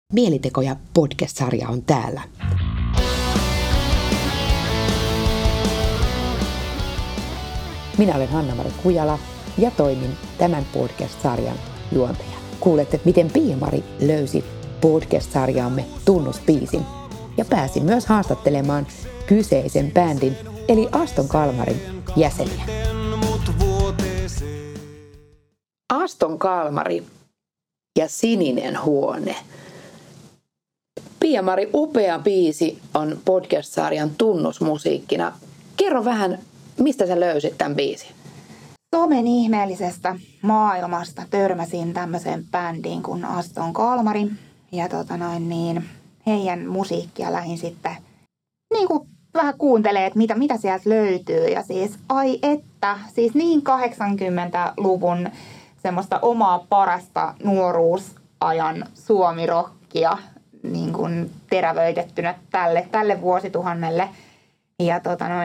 Mielitekoja podcast-sarja on täällä. Minä olen Hanna-Mari Kujala ja toimin tämän podcast-sarjan juontajana. Kuulette, miten Pia-Mari löysi podcast-sarjaamme tunnusbiisin ja pääsin myös haastattelemaan kyseisen bändin eli Aston Kalmarin jäseniä. Aston Kalmari ja Sininen huone. Pia-Mari, upea biisi on podcast-sarjan tunnusmusiikkina. Kerro vähän, mistä sä löysit tämän biisin? Somen ihmeellisestä maailmasta törmäsin tämmöiseen bändiin kuin Aston Kalmari. Ja heidän musiikkia lähdin sitten vähän kuuntelee, että mitä sieltä löytyy. Ja siis siis niin 80-luvun semmoista omaa parasta nuoruusajan suomirokkia niin kuin terävöitettynä tälle vuosituhannelle. Ja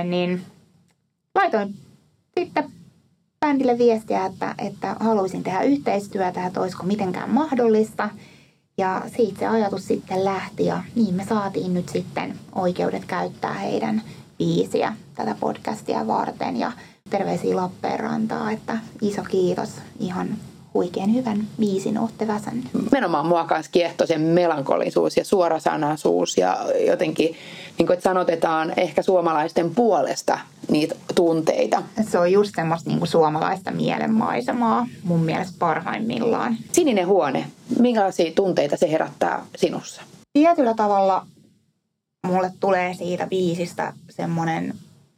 laitoin sitten bändille viestiä, että haluaisin tehdä yhteistyötä, että olisiko mitenkään mahdollista. Ja siitä se ajatus sitten lähti ja niin me saatiin nyt sitten oikeudet käyttää heidän biisiä tätä podcastia varten. Ja terveisiä Lappeenrantaa, että iso kiitos, ihan huikean hyvän biisin ootte väsännyt. Menomaan mua kanssa kiehtoi sen melankolisuus ja suorasanaisuus ja jotenkin, niin kuin sanotetaan, ehkä suomalaisten puolesta niitä tunteita. Se on just semmoista suomalaista mielenmaisemaa mun mielestä parhaimmillaan. Sininen huone, minkälaisia tunteita se herättää sinussa? Tietyllä tavalla mulle tulee siitä biisistä semmoinen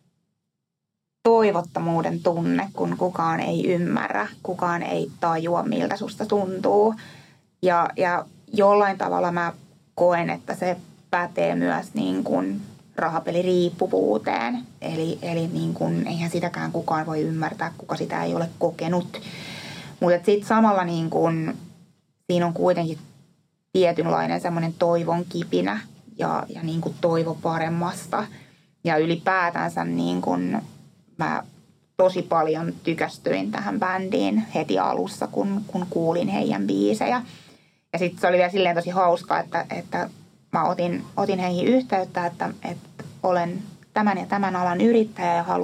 toivottomuuden tunne, kun kukaan ei ymmärrä, kukaan ei tajua, miltä susta tuntuu. Ja jollain tavalla mä koen, että se pätee myös rahapeliriippuvuuteen. Eli eihän sitäkään kukaan voi ymmärtää, kuka sitä ei ole kokenut. Mutta sitten samalla siinä on kuitenkin tietynlainen semmoinen toivon kipinä ja toivo paremmasta. Ja ylipäätänsä mä tosi paljon tykästyin tähän bändiin heti alussa, kun kuulin heidän biisejä. Ja sitten se oli vielä silleen tosi hauskaa, että mä otin heihin yhteyttä, että olen tämän ja tämän alan yrittäjä ja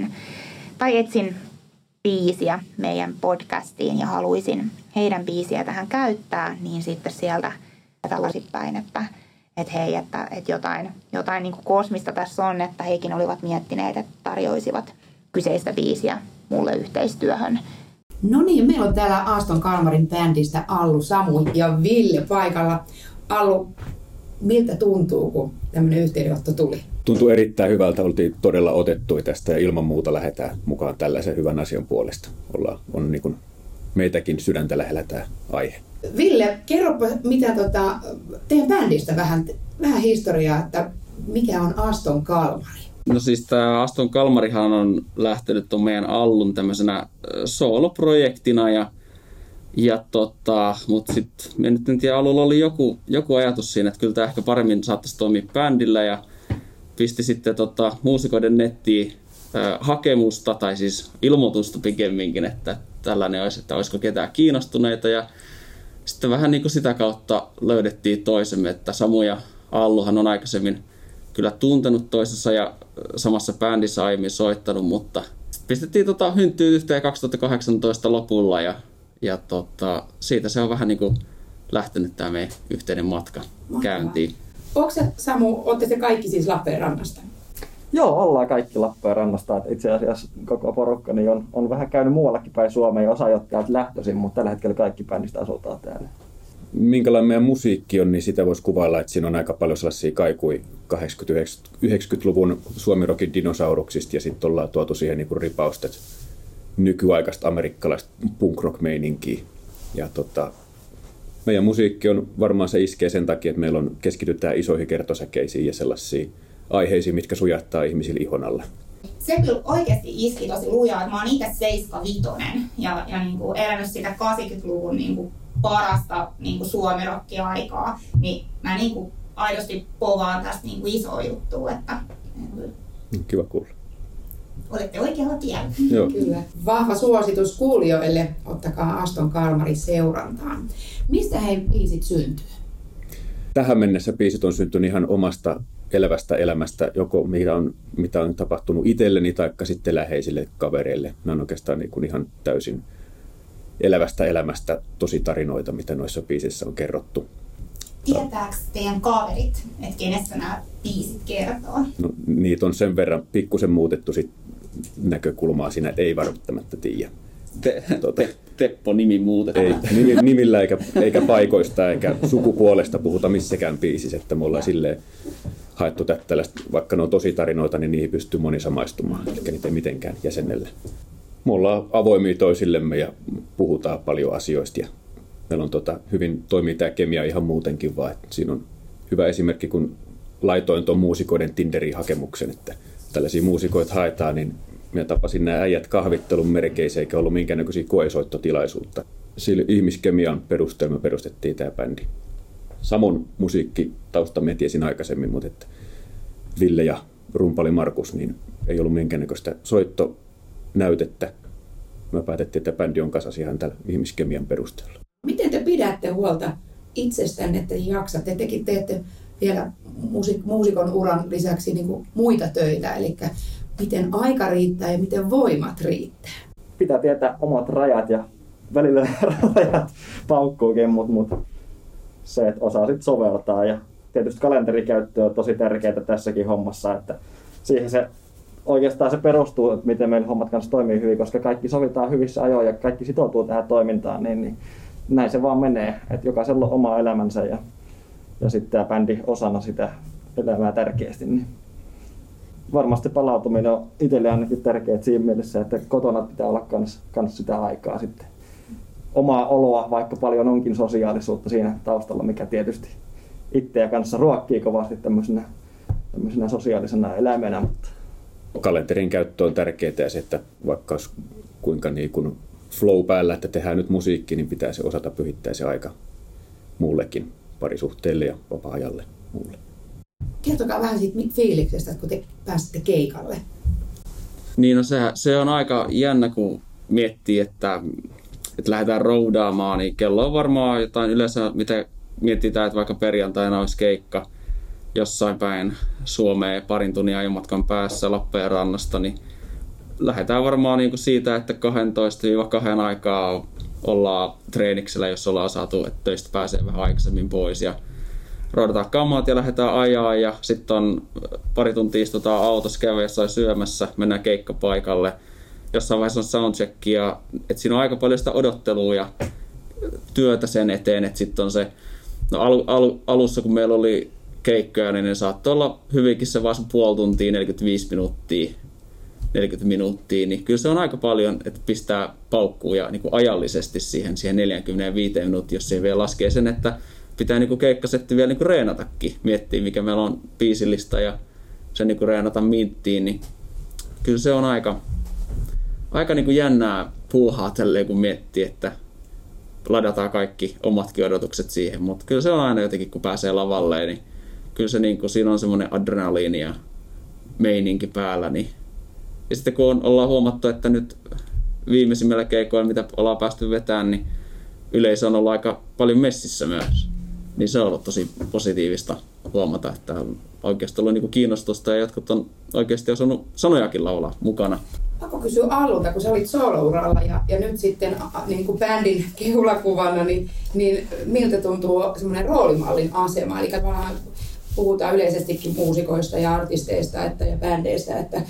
etsin biisiä meidän podcastiin ja haluaisin heidän biisiä tähän käyttää, niin sitten sieltä tällaisittain, että hei, että jotain kosmista tässä on, että heikin olivat miettineet, että tarjoisivat kyseistä biisiä mulle yhteistyöhön. No niin, meillä on täällä Aston Kalmarin bändistä Allu, Samu ja Ville paikalla. Allu, miltä tuntuu, kun tämmöinen yhteydenotto tuli? Tuntuu erittäin hyvältä. Oltiin todella otettuja tästä ja ilman muuta lähdetään mukaan tällaisen hyvän asian puolesta. On niin kuin meitäkin sydäntä lähellä tämä aihe. Ville, kerropa mitä teidän bändistä vähän historiaa, että mikä on Aston Kalmari? No siis tämä Aston Kalmarihan on lähtenyt tuon meidän Allun tämmöisenä sooloprojektina mutta sitten me nyt en tiedä, Allulla oli joku ajatus siinä, että kyllä tämä ehkä paremmin saattaisi toimia bändillä ja pisti sitten muusikoiden nettiin hakemusta tai siis ilmoitusta pikemminkin, että tällainen olisi, että olisiko ketään kiinnostuneita ja sitten vähän niin kuin sitä kautta löydettiin toisemme, että Samu ja Alluhan on aikaisemmin kyllä tuntenut toisessa ja samassa bändissä aiemmin soittanut, mutta pistettiin hynttyä yhteen 2018 lopulla ja siitä se on vähän niin kuin lähtenyt tämä meidän yhteinen matka käyntiin. Onko se, Samu, olette te kaikki siis Lappeenrannasta? Joo, ollaan kaikki Lappeenrannasta. Et itse asiassa koko porukka niin on vähän käynyt muuallakin päin Suomeen ja osa ei ole täältä lähtöisin, mutta tällä hetkellä kaikki bändistä asutaan täällä. Minkälainen meidän musiikki on, niin sitä voisi kuvailla, että siinä on aika paljon sellaisia kaikui 80-90-luvun suomirokin dinosauruksista ja sitten ollaan tuotu siihen niin kuin ripaustet nykyaikaista amerikkalaista punk-rock-meininkiä. Ja meidän musiikki on varmaan se iskee sen takia, että meillä keskitytään isoihin kertosäkeisiin ja sellaisiin aiheisiin, mitkä sujattaa ihmisille ihon alle. Se kyllä oikeasti iski tosi lujaa. Mä oon itse 75 ja elänyt sitä 80-luvun parasta suomirokki-aikaa, niin mä aidosti povaan tästä isoa juttua. Kiva kuulla. Olette oikealla tiellä. Joo. Kyllä. Vahva suositus kuulijoille, ottakaa Aston Kalmari seurantaan. Mistä he biisit syntyy? Tähän mennessä biisit on syntynyt ihan omasta elävästä elämästä, joko mitä on tapahtunut itselleni tai sitten läheisille kavereille. Nämä on oikeastaan niin kuin ihan täysin elävästä elämästä tosi tarinoita, mitä noissa biisissä on kerrottu. Tietääkö teidän kaverit, että kenestä nämä biisit kertoo? No, niitä on sen verran pikkusen muutettu sit näkökulmaa siinä, että ei välttämättä tiedä. Teppo nimi muutetaan. Ei nimillä eikä paikoista eikä sukupuolesta puhuta missäkään biisissä, että me ollaan silleen haettu tällaista, vaikka ne on tosi tarinoita, niin niihin pystyy moni samaistumaan, eli niitä ei mitenkään jäsenellä. Me ollaan avoimia toisillemme ja puhutaan paljon asioista ja meillä on hyvin toimii tämä kemia ihan muutenkin vaan, että siinä on hyvä esimerkki, kun laitoin tuon muusikoiden Tinderin hakemuksen, että tällaisia muusikoita haetaan, niin minä tapasin nämä äijät kahvittelun merkeissä eikä ollut minkäännäköisiä koesoittotilaisuutta. Sillä ihmiskemian perusteella me perustettiin tämä bändi. Samun musiikkitausta me tiesin aikaisemmin, mutta että Ville ja rumpali Markus, niin ei ollut minkäännäköistä soittonäytettä. Me päätettiin, että bändi on kasas ihan tällä ihmiskemian perusteella. Miten te pidätte huolta itsestänne, että jaksatte? Tekin teette vielä muusikon uran lisäksi niin kuin muita töitä, eli miten aika riittää ja miten voimat riittää? Pitää tietää omat rajat ja välillä rajat paukkuukin, mutta se, että osaa sitten soveltaa. Ja tietysti kalenterikäyttö on tosi tärkeää tässäkin hommassa, että siihen se oikeastaan se perustuu, että miten meillä hommat kanssa toimii hyvin, koska kaikki sovitaan hyvissä ajoin ja kaikki sitoutuu tähän toimintaan, niin näin se vaan menee, että jokaisella on oma elämänsä ja sitten tämä bändi osana sitä elämää tärkeästi. Niin varmasti palautuminen on itselle ainakin tärkeää siinä mielessä, että kotona pitää olla kans sitä aikaa sitten. Omaa oloa, vaikka paljon onkin sosiaalisuutta siinä taustalla, mikä tietysti itseä kanssa ruokkii kovasti tämmöisenä sosiaalisena eläimenä. Mutta kalenterin käyttö on tärkeää ja se, että vaikka olisi kuinka niin kuin flow päällä, että tehdään nyt musiikki, niin pitää se osata pyhittää se aika muullekin, parisuhteelle ja vapaa-ajalle muulle. Kertokaa vähän siitä fiiliksestä, kun te pääsitte keikalle. Niin no se on aika jännä, kun miettii, että lähdetään roudaamaan, niin kello on varmaan jotain yleensä, mitä mietitään, että vaikka perjantaina olisi keikka jossain päin Suomeen parin tunnin ajomatkan päässä Lappeenrannasta, niin lähdetään varmaan niin kuin siitä, että 12-2 aikaa ollaan treeniksellä, jos ollaan saatu, että töistä pääsee vähän aikaisemmin pois ja roudataan kamat ja lähdetään ajaa ja sitten on pari tuntia istutaan autossa, käydään jossain syömässä, mennään keikkapaikalle. Jossain vaiheessa on soundcheck ja että siinä on aika paljon sitä odottelua ja työtä sen eteen, että sitten on se, no alussa kun meillä oli keikkoja, niin ne saattoi olla hyvinkin se vaan puoli tuntia, 40 minuuttia, niin kyllä se on aika paljon, että pistää paukkuu ja niin kuin ajallisesti siihen 45 minuuttia, jos siihen vielä laskee sen, että pitää niin kuin keikkasetti vielä niin kuin reenatakin, miettiä mikä meillä on biisillista ja sen niin kuin reenata minttiin, niin kyllä se on aika niin kuin jännää pulhaa tälleen, kun miettii, että ladataan kaikki omatkin odotukset siihen, mutta kyllä se on aina jotenkin, kun pääsee lavalle, niin kyllä se niin kuin, siinä on semmoinen adrenaliini ja meininki päällä, niin ja sitten kun ollaan huomattu, että nyt viimeisimmillä keikoilla, mitä ollaan päästy vetämään, niin yleisö on ollut aika paljon messissä myös. Niin se on ollut tosi positiivista huomata, että on oikeasti ollut niin kiinnostusta ja jotkut on oikeasti osannut sanojakin laulaa mukana. Pakko kysyä Allulta, kun sä olit solouralla ja nyt sitten niin kuin bändin keulakuvana, niin miltä tuntuu semmoinen roolimallin asema? Eli vähän puhutaan yleisestikin muusikoista ja artisteista ja bändeistä, että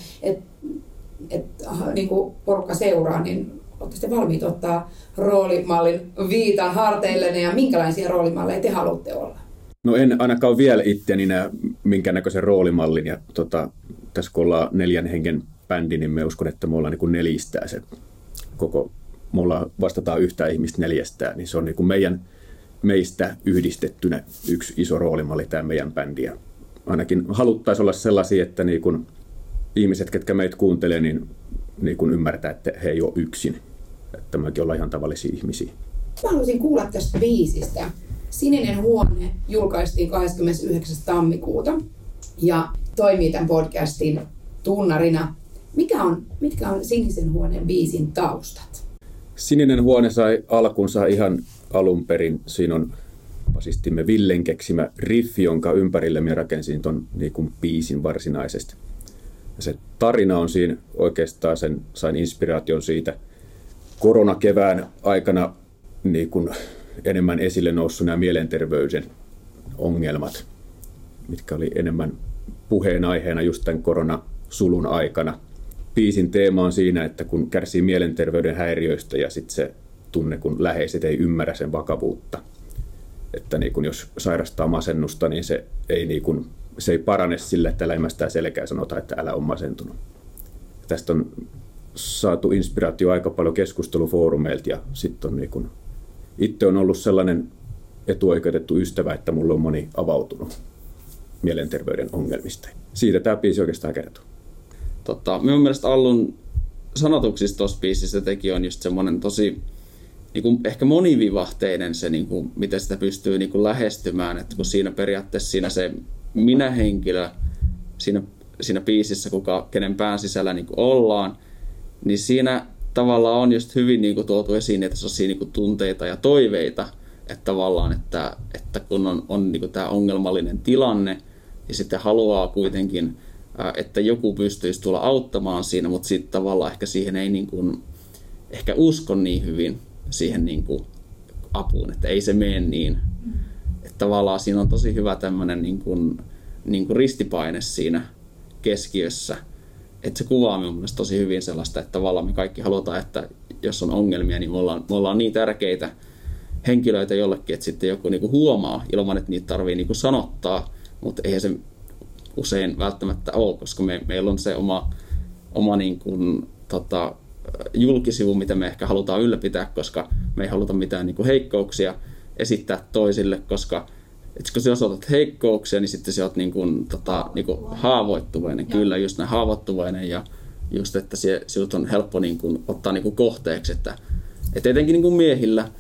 niin kuin porukka seuraa, niin olette sitten valmiit ottaa roolimallin viitan harteillenne ja minkälaisia roolimalleja te haluatte olla? No en ainakaan vielä itseäni näe minkäännäköisen roolimallin. Ja tässä kun ollaan 4 hengen bändi, niin me uskon, että me ollaan niin kuin neljistää se koko, me vastataan yhtä ihmistä 4, niin se on niin kuin meistä yhdistettynä yksi iso roolimalli tämä meidän bändi. Ja ainakin haluttaisiin olla sellaisia, että niin kuin ihmiset, ketkä meitä kuuntelee, niin kuin ymmärtää, että he ei ole yksin. Että mekin ollaan ihan tavallisia ihmisiä. Mä haluaisin kuulla tästä biisistä. Sininen huone julkaistiin 29. tammikuuta ja toimii tämän podcastin tunnarina. Mitkä on Sinisen huoneen biisin taustat? Sininen huone sai alkunsa ihan alun perin. Siinä on basistimme Villen keksimä riffi, jonka ympärille me rakensin ton niin kuin biisin varsinaisesti. Ja se tarina on siinä oikeastaan, sain inspiraation siitä koronakevään aikana niin kuin enemmän esille noussut nämä mielenterveyden ongelmat, mitkä oli enemmän puheenaiheena just tämän koronasulun aikana. Biisin teema on siinä, että kun kärsii mielenterveyden häiriöistä ja sitten se tunne, kun läheiset ei ymmärrä sen vakavuutta. Että niin kun jos sairastaa masennusta, niin se ei parane sillä, että läimästää selkää ja sanotaan, että älä ole masentunut. Tästä on saatu inspiraatio aika paljon keskustelufoorumeilta ja sitten on niin kun, itse on ollut sellainen etuoikeutettu ystävä, että mulla on moni avautunut mielenterveyden ongelmista. Siitä tämä biisi oikeastaan kertoo. Minun mielestä Allun sanotuksista tuossa biisissä teki on just semmoinen tosi niin kuin ehkä monivivahteinen se, niin kuin, miten sitä pystyy niin kuin lähestymään. Että kun siinä periaatteessa siinä se minä-henkilö siinä biisissä, kenen pään sisällä niin kuin ollaan, niin siinä tavallaan on just hyvin niin kuin tuotu esiin, että sellaisia niin kuin tunteita ja toiveita, että tavallaan, että kun on niin kuin tämä ongelmallinen tilanne, niin sitten haluaa kuitenkin, että joku pystyisi tulla auttamaan siinä, mutta sitten tavallaan ehkä siihen ei niin kuin, ehkä usko niin hyvin siihen niin kuin apuun, että ei se mene niin. Että tavallaan siinä on tosi hyvä tämmöinen niin kuin ristipaine siinä keskiössä. Että se kuvaa minun mielestä tosi hyvin sellaista, että tavallaan me kaikki halutaan, että jos on ongelmia, niin me ollaan niin tärkeitä henkilöitä jollekin, että sitten joku niin kuin huomaa ilman, että niitä tarvii niin kuin sanottaa, mutta eihän se usein välttämättä ole, koska meillä on se oma niin kuin, julkisivu, mitä me ehkä halutaan ylläpitää, koska me ei haluta mitään niin kuin heikkouksia esittää toisille, koska kun sä osoitat heikkouksia, niin sitten sä oot niin kuin haavoittuvainen. Kyllä, just näin haavoittuvainen ja just, että sinut on helppo niin kuin ottaa niin kuin kohteeksi, että etenkin niin kuin miehillä,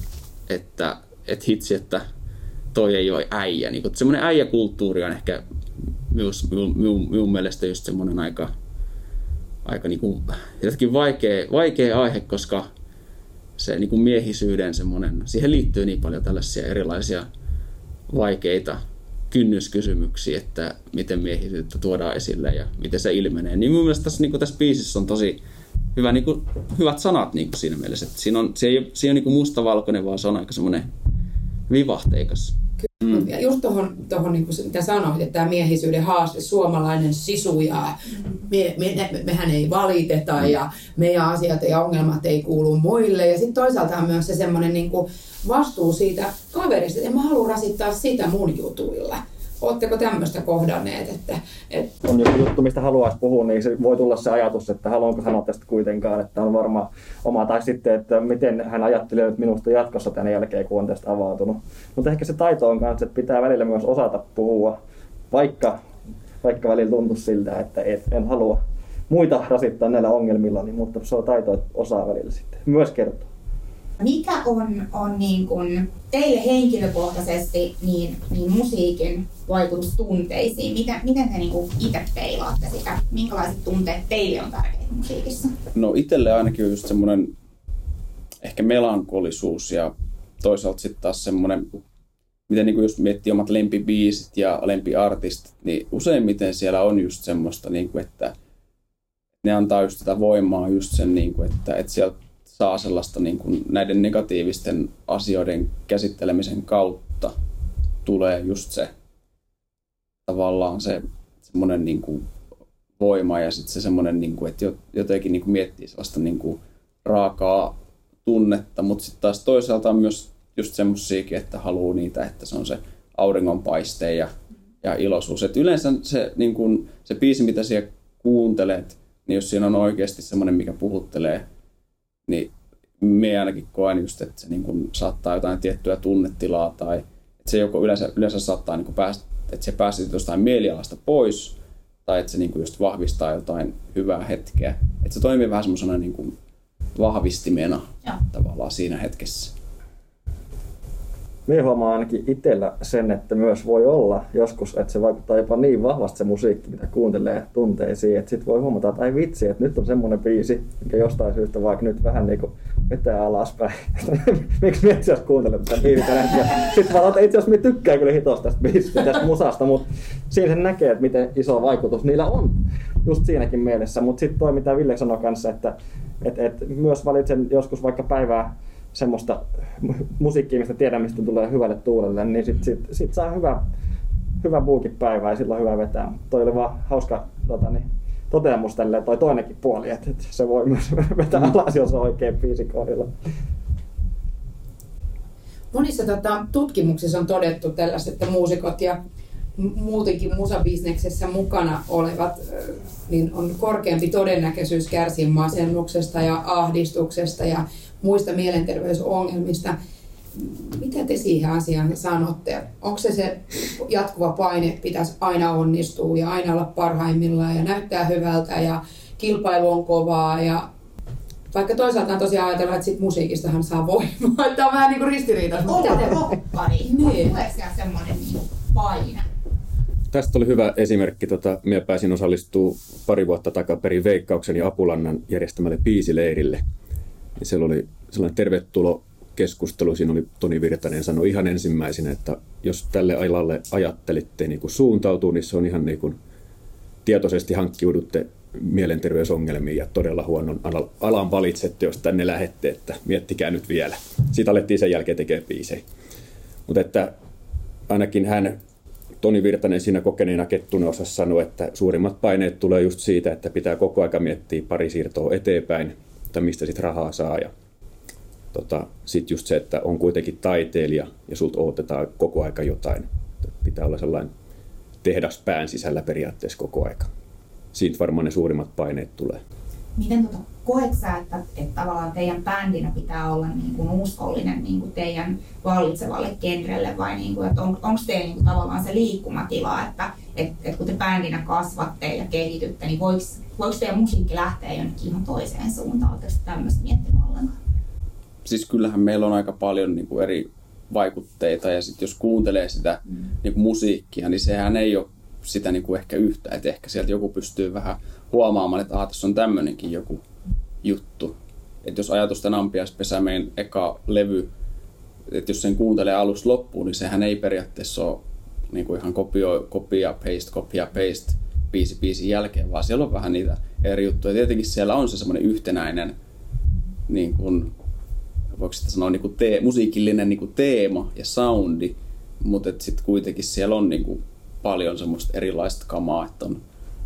että hitsi, että toi ei ole äijä. Niin semmoinen äijäkulttuuri on ehkä minun mielestä just semmoinen aika niin kuin jotenkin vaikea aihe, koska se niin kuin miehisyyden semmoinen, siihen liittyy niin paljon tällaisia erilaisia vaikeita kynnyskysymyksiä, että miten miehisyyttä tuodaan esille ja miten se ilmenee. Niin mun mielestä tässä biisissä on tosi hyvät sanat niin kuin siinä mielessä, että se ei ole niin kuin mustavalkoinen, vaan se on aika semmoinen vivahteikas. Ja just tuohon niin mitä sanoit, että tämä miehisyyden haaste, suomalainen sisu ja mehän ei valiteta ja meidän asiat ja ongelmat ei kuulu muille. Ja sitten toisaalta on myös se semmoinen niin vastuu siitä kaverista, että en mä halua rasittaa sitä mun jutuilla. Oletteko tämmöistä kohdanneet? Että on joku juttu, mistä haluaisi puhua, niin se voi tulla se ajatus, että haluanko sanoa tästä kuitenkaan, että on varmaan oma, tai sitten, että miten hän ajattelee nyt minusta jatkossa tämän jälkeen, kun on tästä avautunut. Mutta ehkä se taito on kanssa, että pitää välillä myös osata puhua, vaikka välillä tuntuu siltä, että en halua muita rasittaa näillä ongelmilla, mutta se on taito, että osaa välillä sitten myös kertoa. Mikä on niin kuin teille henkilökohtaisesti niin musiikin vaikutus tunteisiin? Miten te niin kuin itse peilaatte sitä? Minkälaiset tunteet teille on tärkeitä musiikissa? No itselle ainakin on just semmoinen ehkä melankolisuus ja toisaalta sitten taas semmoinen, miten niin kuin just miettii omat lempibiisit ja lempiartistit, niin useimmiten siellä on just semmoista, niin kuin, että ne antaa just sitä voimaa just sen, niin kuin, että sieltä saa sellaista niin kuin näiden negatiivisten asioiden käsittelemisen kautta tulee just se tavallaan se semmoinen niin kuin voima ja sitten se semmoinen, niin kuin, että jotenkin niin kuin miettii sellaista niin kuin raakaa tunnetta, mutta sitten taas toisaalta on myös just semmoisiakin, että haluaa niitä, että se on se auringonpaiste ja iloisuus. Et yleensä se, niin kuin, se biisi, mitä siellä kuuntelet, niin jos siinä on oikeasti semmoinen, mikä puhuttelee, niin me ainakin koen just, että se niin kuin saattaa jotain tiettyä tunnetilaa tai että se joko yleensä saattaa niin kuin että se pääsee jostain mielialasta pois tai että se niin kuin just vahvistaa jotain hyvää hetkeä. Että se toimii vähän semmoisena niin kuin vahvistimena tavallaan siinä hetkessä. Minä huomaan ainakin itsellä sen, että myös voi olla joskus, että se vaikuttaa jopa niin vahvasti se musiikki, mitä kuuntelee tunteisiin, että sitten voi huomata, että ai vitsi, että nyt on semmoinen biisi, mikä jostain syystä vaikka nyt vähän niin kuin vetää alaspäin. Miksi mietsi, jos kuuntelet tätä biisiä? Sitten vaan itse asiassa me tykkää kyllä hitosta tästä biisistä, tästä musasta, mutta siinä sen näkee, että miten iso vaikutus niillä on. Just siinäkin mielessä. Mutta sitten toi, mitä Ville sanoi kanssa, että myös valitsen joskus vaikka päivää semmoista musiikkia, mistä tiedän, mistä tulee hyvälle tuulelle, niin sit saa hyvä buukipäivä ja silloin hyvä vetää. Toi oli vaan hauska toteamus tälleen, toi toinenkin puoli, että se voi myös vetää alas, jos on oikein biisi kohdilla. Monissa tutkimuksissa on todettu tällaiset, että muusikot ja muutenkin musabisneksessä mukana olevat, niin on korkeampi todennäköisyys kärsiä masennuksesta ja ahdistuksesta ja muista mielenterveysongelmista. Mitä te siihen asiaan sanotte? Onko se jatkuva paine, pitäisi aina onnistua ja aina olla parhaimmillaan ja näyttää hyvältä ja kilpailu on kovaa ja vaikka toisaalta tosiaan ajatellaan, että sit musiikistahan saa voimaa. Tämä on vähän niin kuin ristiriitaista. Onko te roppari? Niin. Tuleeko siellä semmoinen paine? Tästä oli hyvä esimerkki. Minä pääsin osallistumaan pari vuotta takaperin Veikkauksen ja Apulannan järjestämälle biisileirille. Ja siellä oli sellainen tervetulokeskustelu. Siinä oli Toni Virtanen sanoi ihan ensimmäisenä, että jos tälle alalle ajattelitte niin kuin suuntautuu, niin se on ihan niin kuin tietoisesti hankkiudutte mielenterveysongelmiin ja todella huonon alan valitsette, jos tänne lähette, että miettikää nyt vielä. Siitä alettiin sen jälkeen tekemään biisejä. Mutta että ainakin Toni Virtanen siinä kokeneena kettuna osasi sanoa, että suurimmat paineet tulee just siitä, että pitää koko aika miettiä pari siirtoa eteenpäin, että mistä sitten rahaa saa. Ja sitten just se, että on kuitenkin taiteilija ja sulta odotetaan koko aika jotain. Pitää olla sellainen tehdas pään sisällä periaatteessa koko aika. Siitä varmaan ne suurimmat paineet tulee. Miten koet sä, että tavallaan teidän bändinä pitää olla niin kuin uskollinen niin kuin teidän vallitsevalle genrelle vai niin kuin, että onko teillä niin kuin tavallaan se liikkumatila, että kun te bändinä kasvatte ja kehitytte, niin voiko teidän musiikki lähteä jonnekin ihan toiseen suuntaan? Oletteko tämmöistä miettinyt ollenkaan? Siis kyllähän meillä on aika paljon niin kuin eri vaikutteita ja sitten jos kuuntelee sitä niin kuin musiikkia, niin sehän ei ole sitä niin kuin ehkä yhtä, että ehkä sieltä joku pystyy vähän huomaamaan, että tässä on tämmöinenkin joku juttu. Että jos Ajatusten ampiaispesä meidän eka levy, että jos sen kuuntelee alusta loppuun, niin sehän ei periaatteessa ole niin kuin ihan copy paste biisin jälkeen, vaan siellä on vähän niitä eri juttuja. Tietenkin siellä on se semmoinen yhtenäinen, niin kuin, voiko sitä sanoa, niin kuin musiikillinen niin kuin teema ja soundi, mutta sitten kuitenkin siellä on niin kuin paljon semmoista erilaista kamaa, että on,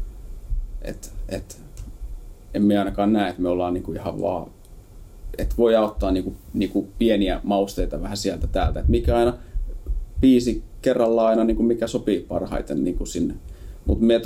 emme ainakaan näe, että me ollaan niinku ihan vaan, että voi auttaa niinku pieniä mausteita vähän sieltä täältä, että mikä aina biisi kerrallaan aina niinku mikä sopii parhaiten niinku sinne. Mutta me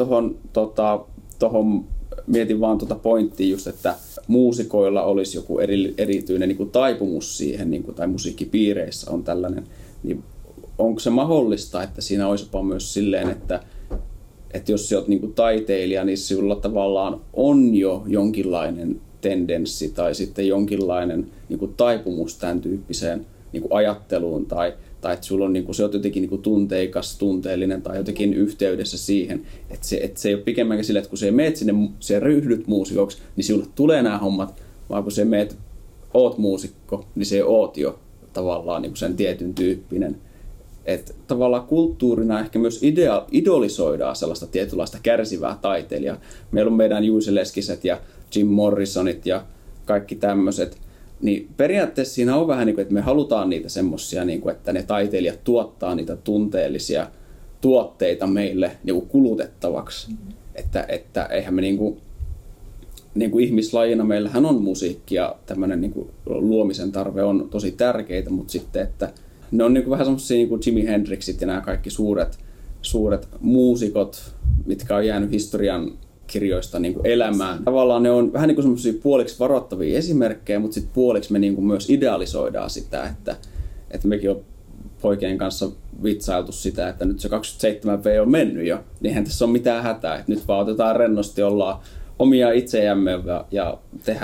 tohon mietin vaan pointtia just, että muusikoilla olisi joku erityinen niinku taipumus siihen, niinku, tai musiikkipiireissä on tällainen, niin onko se mahdollista, että siinä olisi jopa myös silleen, että jos sä oot niinku taiteilija, niin sulla tavallaan on jo jonkinlainen tendenssi tai sitten jonkinlainen niinku taipumus tämän tyyppiseen niinku ajatteluun tai että sulla on niinku, se on jotenkin niinku tunteikas, tunteellinen tai jotenkin yhteydessä siihen, että se ei ole pikemminkin sille, että kun sä meet sinne, sä ryhdyt muusikoksi, niin sulle tulee nämä hommat, vaan kun sä oot muusikko, niin se oot jo tavallaan niinku sen tietyn tyyppinen. Että tavallaan kulttuurina ehkä myös idolisoidaan sellaista tietynlaista kärsivää taiteilijaa. Meillä on meidän Juice Leskiset ja Jim Morrisonit ja kaikki tämmöiset. Niin periaatteessa siinä on vähän niin kuin, että me halutaan niitä semmosia, niin kuin, että ne taiteilijat tuottaa niitä tunteellisia tuotteita meille niin kuin kulutettavaksi. Että eihän me niin kuin ihmislajina, meillähän on musiikki ja tämmöinen niin kuin luomisen tarve on tosi tärkeitä, mutta sitten, että ne on niin vähän semmoisia niin kuin Jimi Hendrixit ja nämä kaikki suuret muusikot, mitkä on jäänyt historian kirjoista niin kuin elämään. Tavallaan ne on vähän niin kuin semmoisia puoliksi varoittavia esimerkkejä, mutta sitten puoliksi me niin kuin myös idealisoidaan sitä, että mekin on poikien kanssa vitsailtu sitä, että nyt se 27V on mennyt jo, niin eihän tässä ole mitään hätää. Että nyt vaan otetaan rennosti, ollaan omia itseämme ja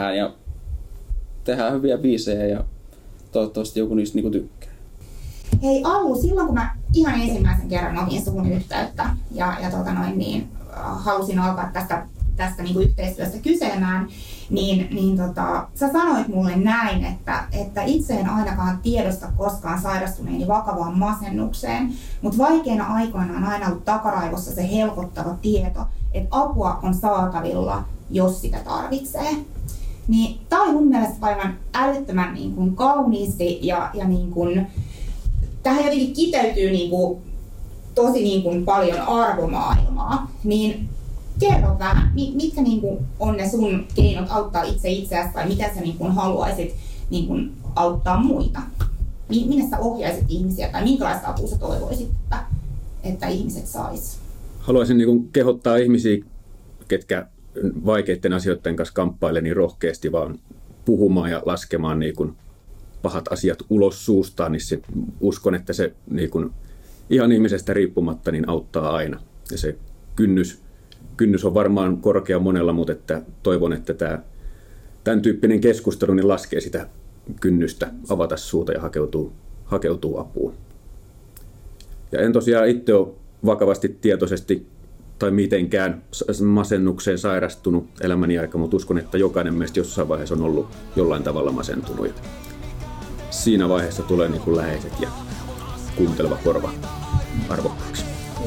tehdään hyviä biisejä ja toivottavasti joku niistä niin kuin tykkää. Hei Allu, silloin kun mä ihan ensimmäisen kerran otin sun yhteyttä ja niin, halusin alkaa tästä niin kuin yhteistyöstä kyselemään, niin sä sanoit mulle näin, että itse en ainakaan tiedosta koskaan sairastuneeni vakavaan masennukseen, mutta vaikeina aikoina on aina ollut takaraivossa se helpottava tieto, että apua on saatavilla, jos sitä tarvitsee. Niin tää oli mun mielestä aivan älyttömän niin kuin kauniisti ja niin kuin, tähän jotenkin kiteytyy niin kuin tosi niin kuin paljon arvomaailmaa. Niin kerro vähän, mitkä niin kuin on ne sun keinot auttaa itseäsi tai miten sä niin kuin haluaisit niin kuin auttaa muita? Minne sä ohjaisit ihmisiä tai minkälaista apua sä toivoisit, että ihmiset sais? Haluaisin niin kuin kehottaa ihmisiä, ketkä vaikeiden asioiden kanssa kamppailee, niin rohkeasti vaan puhumaan ja laskemaan niin kuin pahat asiat ulos suustaan, niin uskon, että se niin kuin ihan ihmisestä riippumatta niin auttaa aina. Ja se kynnys on varmaan korkea monella, mutta että toivon, että tämän tyyppinen keskustelu niin laskee sitä kynnystä avata suuta ja hakeutuu apuun. Ja en tosiaan itse ole vakavasti tietoisesti tai mitenkään masennukseen sairastunut elämäni aika, mutta uskon, että jokainen meistä jossain vaiheessa on ollut jollain tavalla masentunut. Ja siinä vaiheessa tulee niin kuin läheiset ja kuunteleva korva arvokkaaksi.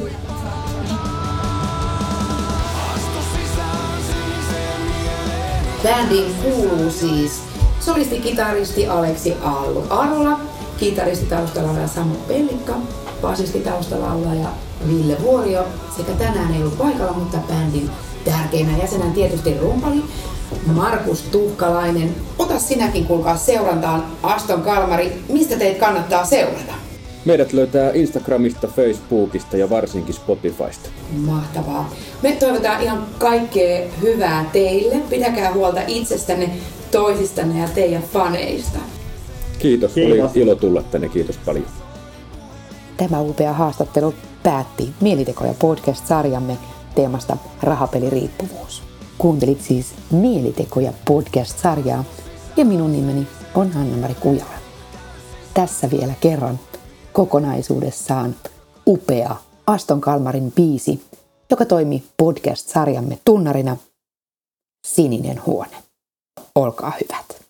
Bändiin kuuluu siis solisti-kitaristi Aleksi Arola, kitaristi taustalla Samu Pellikka, basisti taustalla ja Ville Vuorio sekä tänään ei ollut paikalla, mutta bändin tärkeinä jäsenän tietysti rumpali Markus Tuhkalainen. Ota sinäkin kuulkaa seurantaan Aston Kalmari. Mistä teitä kannattaa seurata? Meidät löytää Instagramista, Facebookista ja varsinkin Spotifysta. Mahtavaa. Me toivotaan ihan kaikkea hyvää teille. Pitäkää huolta itsestänne, toisistanne ja teidän faneista. Kiitos. Oli ilo tulla tänne. Kiitos paljon. Tämä upea haastattelu päätti Mielitekoja podcast-sarjamme teemasta rahapeliriippuvuus. Kuuntelit siis Mielitekoja podcast-sarjaa ja minun nimeni on Hanna-Mari Kujala. Tässä vielä kerran kokonaisuudessaan upea Aston Kalmarin biisi, joka toimi podcast-sarjamme tunnarina Sininen huone. Olkaa hyvät.